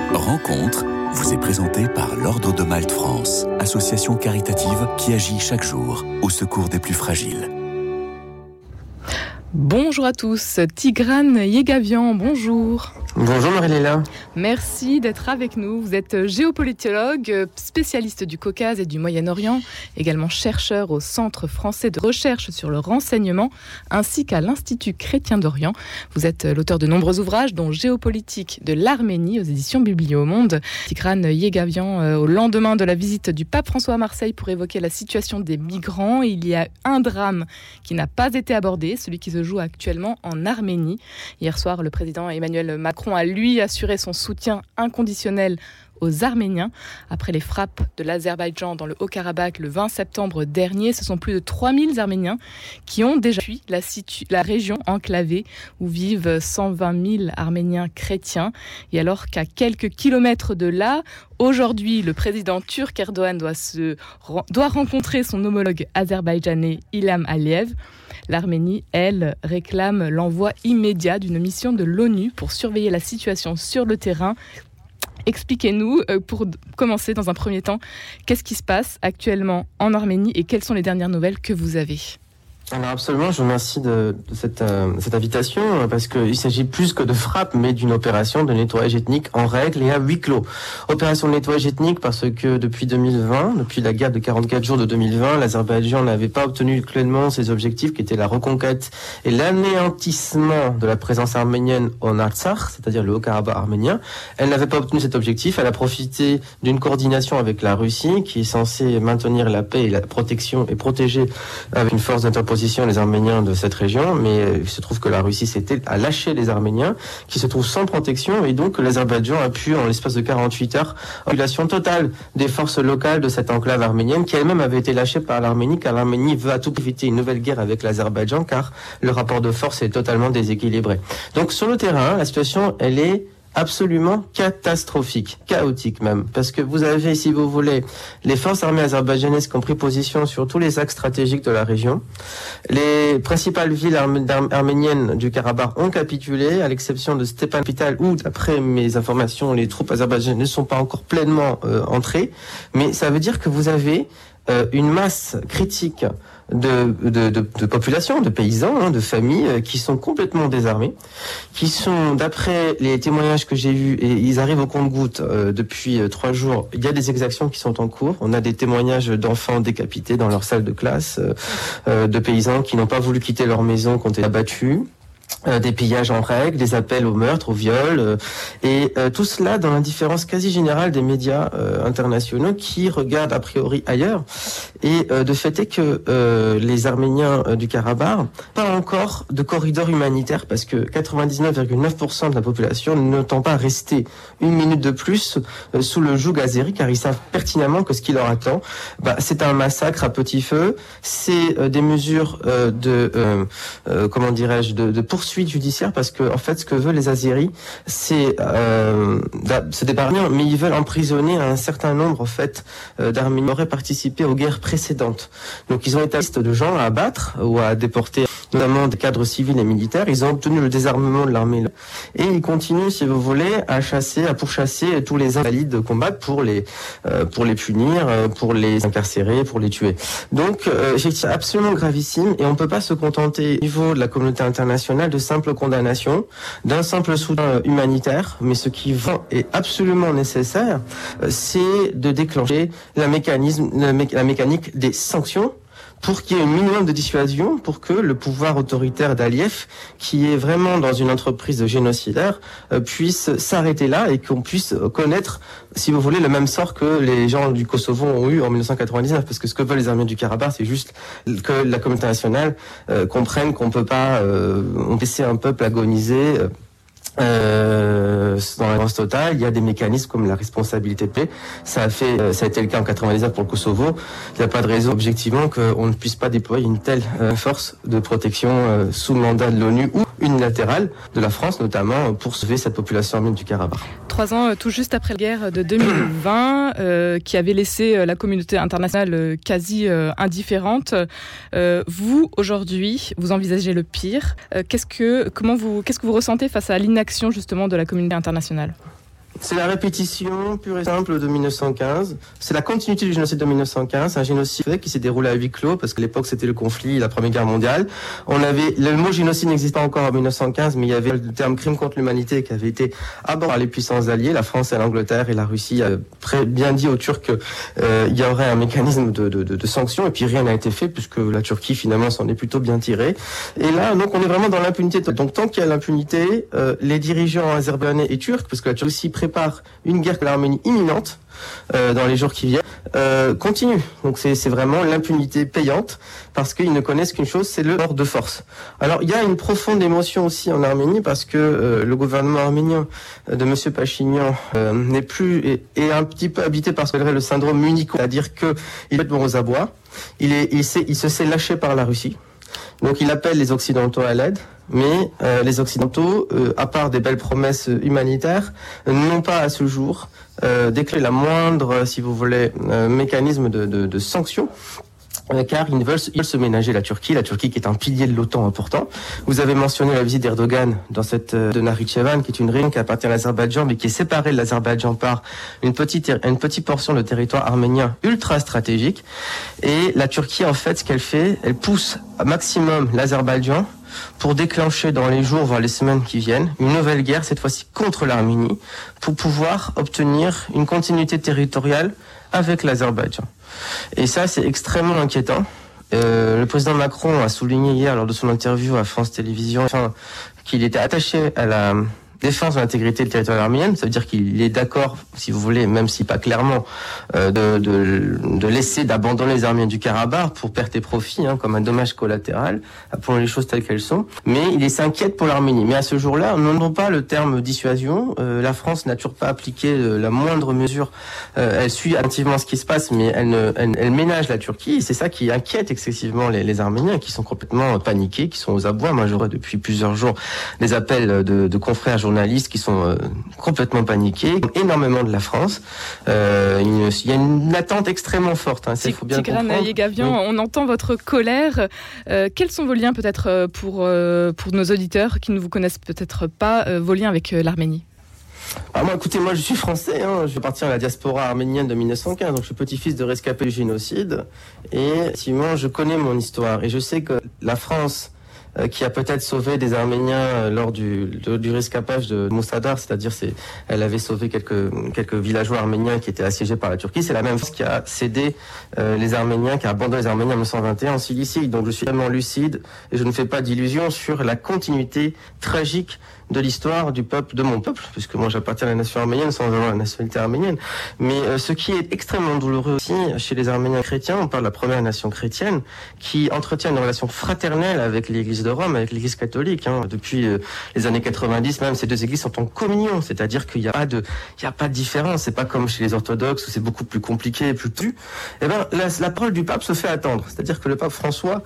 Rencontre vous est présentée par l'Ordre de Malte France, association caritative qui agit chaque jour au secours des plus fragiles. Bonjour à tous, Tigrane Yegavian, bonjour. Bonjour Marie-Léla. Merci d'être avec nous. Vous êtes géopolitologue, spécialiste du Caucase et du Moyen-Orient, également chercheur au Centre français de recherche sur le renseignement, ainsi qu'à l'Institut chrétien d'Orient. Vous êtes l'auteur de nombreux ouvrages, dont Géopolitique de l'Arménie aux éditions Bibliomonde. Tigrane Yegavian, au lendemain de la visite du pape François à Marseille pour évoquer la situation des migrants, il y a un drame qui n'a pas été abordé, celui qui se joue actuellement en Arménie. Hier soir, le président Emmanuel Macron a lui assuré son soutien inconditionnel aux Arméniens. Après les frappes de l'Azerbaïdjan dans le Haut-Karabakh le 20 septembre dernier, ce sont plus de 3000 Arméniens qui ont déjà fui la région enclavée où vivent 120 000 Arméniens chrétiens. Et alors qu'à quelques kilomètres de là, aujourd'hui, le président turc Erdogan doit rencontrer son homologue azerbaïdjanais Ilham Aliyev. L'Arménie, elle, réclame l'envoi immédiat d'une mission de l'ONU pour surveiller la situation sur le terrain. Expliquez-nous, pour commencer dans un premier temps, qu'est-ce qui se passe actuellement en Arménie et quelles sont les dernières nouvelles que vous avez ? Alors absolument, je vous remercie de cette invitation parce qu'il s'agit plus que de frappe, mais d'une opération de nettoyage ethnique en règle et à huis clos. Opération de nettoyage ethnique parce que depuis 2020, depuis la guerre de 44 jours de 2020, l'Azerbaïdjan n'avait pas obtenu pleinement ses objectifs qui étaient la reconquête et l'anéantissement de la présence arménienne en Artsakh, c'est-à-dire le Haut-Karabakh arménien. Elle n'avait pas obtenu cet objectif, elle a profité d'une coordination avec la Russie qui est censée maintenir la paix et la protection et protéger avec une force d'interposition les Arméniens de cette région, mais il se trouve que la Russie a lâché les Arméniens qui se trouvent sans protection et donc l'Azerbaïdjan a pu, en l'espace de 48 heures, annulation totale des forces locales de cette enclave arménienne qui elle-même avait été lâchée par l'Arménie car l'Arménie veut à tout éviter une nouvelle guerre avec l'Azerbaïdjan car le rapport de force est totalement déséquilibré. Donc sur le terrain, la situation elle est absolument catastrophique, chaotique même, parce que vous avez, si vous voulez, les forces armées azerbaïdjanaises qui ont pris position sur tous les axes stratégiques de la région. Les principales villes arméniennes du Karabakh ont capitulé, à l'exception de Stepanakert où, d'après mes informations, les troupes azerbaïdjanaises ne sont pas encore pleinement entrées, mais ça veut dire que vous avez une masse critique de population, de paysans, de familles qui sont complètement désarmés, qui sont, d'après les témoignages que j'ai vus, et ils arrivent au compte-gouttes depuis 3 jours, il y a des exactions qui sont en cours. On a des témoignages d'enfants décapités dans leur salle de classe, de paysans qui n'ont pas voulu quitter leur maison, qui ont été abattus. Des pillages en règle, des appels au meurtre, au viol, et tout cela dans l'indifférence quasi générale des médias internationaux qui regardent a priori ailleurs. Et de fait est que les Arméniens du Karabakh, pas encore de corridor humanitaire parce que 99,9% de la population ne tend pas à rester une minute de plus sous le joug azéri car ils savent pertinemment que ce qui leur attend, c'est un massacre à petit feu, c'est des mesures de poursuite judiciaire parce que en fait ce que veulent les Azéris c'est se débarrasser mais ils veulent emprisonner un certain nombre en fait d'Arméniens qui auraient participé aux guerres précédentes. Donc ils ont établi une liste de gens à abattre ou à déporter, notamment des cadres civils et militaires. Ils ont obtenu le désarmement de l'armée et ils continuent, si vous voulez, à pourchasser tous les invalides de combat pour les punir, pour les incarcérer, pour les tuer. Donc c'est absolument gravissime et on peut pas se contenter au niveau de la communauté internationale de simples condamnations, d'un simple soutien humanitaire, mais ce qui est absolument nécessaire, c'est de déclencher la mécanique des sanctions pour qu'il y ait un minimum de dissuasion, pour que le pouvoir autoritaire d'Aliyev, qui est vraiment dans une entreprise génocidaire, puisse s'arrêter là et qu'on puisse connaître, si vous voulez, le même sort que les gens du Kosovo ont eu en 1999. Parce que ce que veulent les Arméniens du Karabakh, c'est juste que la communauté internationale comprenne qu'on peut pas laisser un peuple agoniser dans la violence totale. Il y a des mécanismes comme la responsabilité de paix. Ça a été le cas en 99 pour le Kosovo. Il n'y a pas de raison, objectivement, qu'on ne puisse pas déployer une telle force de protection sous mandat de l'ONU ou unilatérale de la France, notamment, pour sauver cette population arménienne du Karabakh. 3 ans tout juste après la guerre de 2020, qui avait laissé la communauté internationale quasi indifférente. Vous, aujourd'hui, vous envisagez le pire. Qu'est-ce que vous ressentez face à l'inaction, justement, de la communauté internationale ? C'est la répétition pure et simple de 1915. C'est la continuité du génocide de 1915, un génocide qui s'est déroulé à huis clos parce qu'à l'époque c'était le conflit, la Première Guerre mondiale. Le mot génocide n'existait pas encore en 1915, mais il y avait le terme crime contre l'humanité qui avait été abordé par les puissances alliées, la France et l'Angleterre et la Russie, bien dit aux Turcs qu'il y aurait un mécanisme de sanctions et puis rien n'a été fait puisque la Turquie finalement s'en est plutôt bien tirée. Et là donc on est vraiment dans l'impunité. Donc tant qu'il y a l'impunité, les dirigeants azerbaïdjanais et turcs, parce que la Turquie prépare une guerre contre l'Arménie imminente dans les jours qui viennent, continue. Donc c'est vraiment l'impunité payante parce qu'ils ne connaissent qu'une chose, c'est le rapport de force. Alors il y a une profonde émotion aussi en Arménie parce que le gouvernement arménien de Monsieur Pachinian n'est plus est un petit peu habité par ce qu'on appelle le syndrome munico, c'est-à-dire que il est bon aux abois, il se sait lâché par la Russie. Donc il appelle les Occidentaux à l'aide, mais les Occidentaux, à part des belles promesses humanitaires, n'ont pas à ce jour déclaré la moindre, si vous voulez, mécanisme de sanctions. Car ils veulent se ménager la Turquie qui est un pilier de l'OTAN important. Vous avez mentionné la visite d'Erdogan dans cette de Nakhitchevan, qui est une région qui appartient à l'Azerbaïdjan, mais qui est séparée de l'Azerbaïdjan par une petite portion de territoire arménien ultra stratégique. Et la Turquie, en fait, ce qu'elle fait, elle pousse au maximum l'Azerbaïdjan pour déclencher dans les jours, voire les semaines qui viennent, une nouvelle guerre, cette fois-ci contre l'Arménie, pour pouvoir obtenir une continuité territoriale avec l'Azerbaïdjan. Et ça, c'est extrêmement inquiétant. Le président Macron a souligné hier, lors de son interview à France Télévisions, qu'il était attaché à la défense de l'intégrité du territoire arménien. Ça veut dire qu'il est d'accord, si vous voulez, même si pas clairement, d'abandonner les Arméniens du Karabakh pour perte et profit, comme un dommage collatéral, appelons les choses telles qu'elles sont. Mais il s'inquiète pour l'Arménie. Mais à ce jour-là, on n'entend pas le terme dissuasion. La France n'a toujours pas appliqué la moindre mesure. Elle suit activement ce qui se passe, mais elle ménage la Turquie. Et c'est ça qui inquiète excessivement les Arméniens, qui sont complètement paniqués, qui sont aux abois. Moi, j'aurais depuis plusieurs jours des appels de confrères journalistes qui sont complètement paniqués, énormément de la France. Il y a une attente extrêmement forte. Il faut bien comprendre. Tigrane Yegavian, oui. On entend votre colère. Quels sont vos liens peut-être pour nos auditeurs qui ne vous connaissent peut-être pas, vos liens avec l'Arménie? Moi je suis français, je fais partie de la diaspora arménienne de 1915, donc je suis petit-fils de rescapé du génocide, et effectivement je connais mon histoire, et je sais que la France qui a peut-être sauvé des Arméniens lors du rescapage de Moussadar, c'est-à-dire elle avait sauvé quelques villageois arméniens qui étaient assiégés par la Turquie. C'est la même chose qui a cédé les Arméniens, qui a abandonné les Arméniens en 1921 en Cilicie. Donc je suis vraiment lucide et je ne fais pas d'illusions sur la continuité tragique de l'histoire du peuple, de mon peuple, puisque moi j'appartiens à la nation arménienne sans avoir la nationalité arménienne. Mais ce qui est extrêmement douloureux aussi chez les Arméniens chrétiens, on parle de la première nation chrétienne, qui entretient une relation fraternelle avec l'Église de Rome, avec l'Église catholique. Depuis les années 90, même ces deux églises sont en communion, c'est-à-dire qu'il n'y a pas de différence. C'est pas comme chez les orthodoxes où c'est beaucoup plus compliqué et plus tenu. Eh ben, la parole du pape se fait attendre. C'est-à-dire que le pape François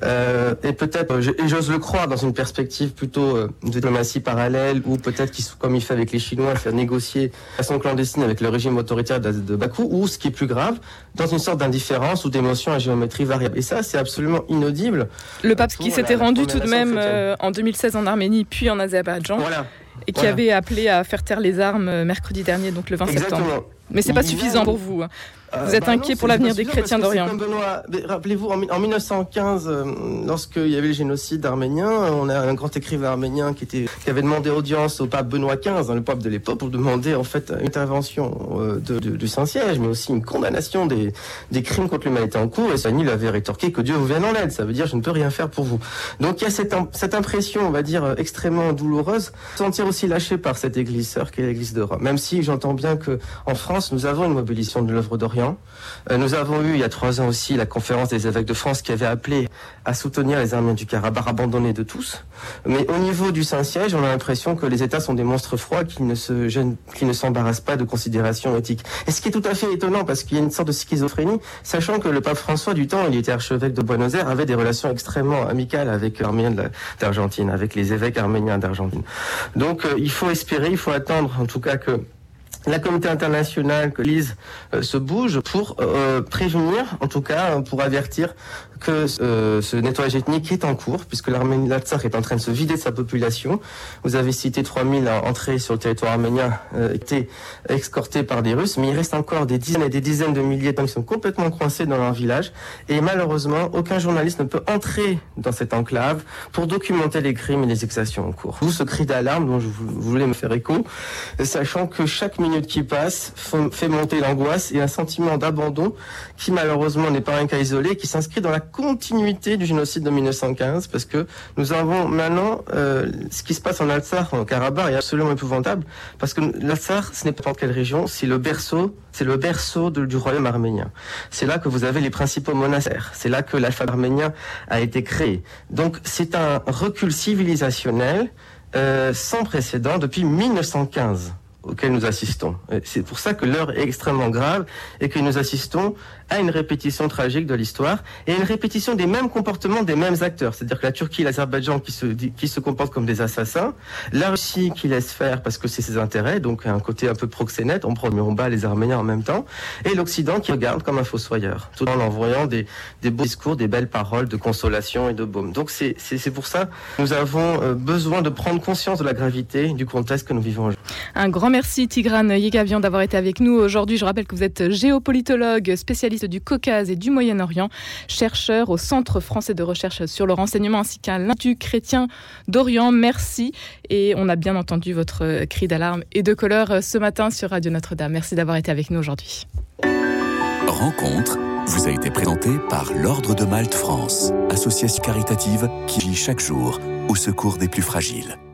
est peut-être, et j'ose le croire, dans une perspective plutôt de diplomatie parallèle, ou peut-être comme il fait avec les Chinois, faire négocier de façon clandestine avec le régime autoritaire de Bakou, ou ce qui est plus grave, dans une sorte d'indifférence ou d'émotion à géométrie variable. Et ça, c'est absolument inaudible. Le pape qui s'était rendu tout de même en 2016 en Arménie, puis en Azerbaïdjan, et qui avait appelé à faire taire les armes mercredi dernier, donc le 20 septembre. Mais c'est pas suffisant pour vous. Vous êtes inquiet pour l'avenir des chrétiens d'Orient. Rappelez-vous, en 1915, lorsqu'il y avait le génocide arménien, on a un grand écrivain arménien qui avait demandé audience au pape Benoît XV, le pape de l'époque, pour demander en fait une intervention du Saint-Siège, mais aussi une condamnation des crimes contre l'humanité en cours. Et Sani lui avait rétorqué que Dieu vous vienne en aide. Ça veut dire je ne peux rien faire pour vous. Donc il y a cette impression, on va dire, extrêmement douloureuse, sentir aussi lâché par cette église sœur qui est l'église de Rome. Même si j'entends bien que en France, nous avons une mobilisation de l'œuvre d'Orient. Nous avons eu il y a 3 ans aussi la conférence des évêques de France qui avait appelé à soutenir les Arméniens du Karabakh abandonnés de tous. Mais au niveau du Saint-Siège, on a l'impression que les États sont des monstres froids qui ne s'embarrassent pas de considérations éthiques. Et ce qui est tout à fait étonnant, parce qu'il y a une sorte de schizophrénie, sachant que le pape François du temps, il était archevêque de Buenos Aires, avait des relations extrêmement amicales avec l'Arménien d'Argentine, avec les évêques arméniens d'Argentine. Donc il faut espérer, il faut attendre en tout cas que la communauté internationale que l'ISE se bouge pour prévenir, en tout cas pour avertir que ce nettoyage ethnique est en cours, puisque l'Arménie, l'Artsakh est en train de se vider de sa population. Vous avez cité 3000 entrées sur le territoire arménien été escortées par des Russes, mais il reste encore des dizaines et des dizaines de milliers de gens qui sont complètement coincés dans leur village. Et malheureusement, aucun journaliste ne peut entrer dans cette enclave pour documenter les crimes et les exactions en cours. D'où ce cri d'alarme dont je voulais me faire écho, sachant que chaque minute qui passe fait monter l'angoisse et un sentiment d'abandon qui malheureusement n'est pas un cas isolé, qui s'inscrit dans la continuité du génocide de 1915, parce que nous avons maintenant ce qui se passe en Artsakh, en Karabakh, est absolument épouvantable, parce que l'Artsakh, ce n'est pas n'importe quelle région, c'est le berceau du royaume arménien. C'est là que vous avez les principaux monastères, c'est là que l'alphabet arménien a été créé. Donc c'est un recul civilisationnel sans précédent depuis 1915. Auquel nous assistons. C'est pour ça que l'heure est extrêmement grave et que nous assistons à une répétition tragique de l'histoire et une répétition des mêmes comportements des mêmes acteurs. C'est-à-dire que la Turquie et l'Azerbaïdjan qui se comportent comme des assassins, la Russie qui laisse faire parce que c'est ses intérêts, donc un côté un peu proxénète, on bat les Arméniens en même temps, et l'Occident qui regarde comme un fossoyeur, tout en envoyant des beaux discours, des belles paroles de consolation et de baume. Donc c'est pour ça que nous avons besoin de prendre conscience de la gravité du contexte que nous vivons aujourd'hui. Un grand merci Tigran Yegavian d'avoir été avec nous aujourd'hui. Je rappelle que vous êtes géopolitologue, spécialiste du Caucase et du Moyen-Orient, chercheur au Centre français de recherche sur le renseignement ainsi qu'à l'Institut chrétien d'Orient. Merci. Et on a bien entendu votre cri d'alarme et de colère ce matin sur Radio Notre-Dame. Merci d'avoir été avec nous aujourd'hui. Rencontre vous a été présentée par l'Ordre de Malte France, association caritative qui vit chaque jour au secours des plus fragiles.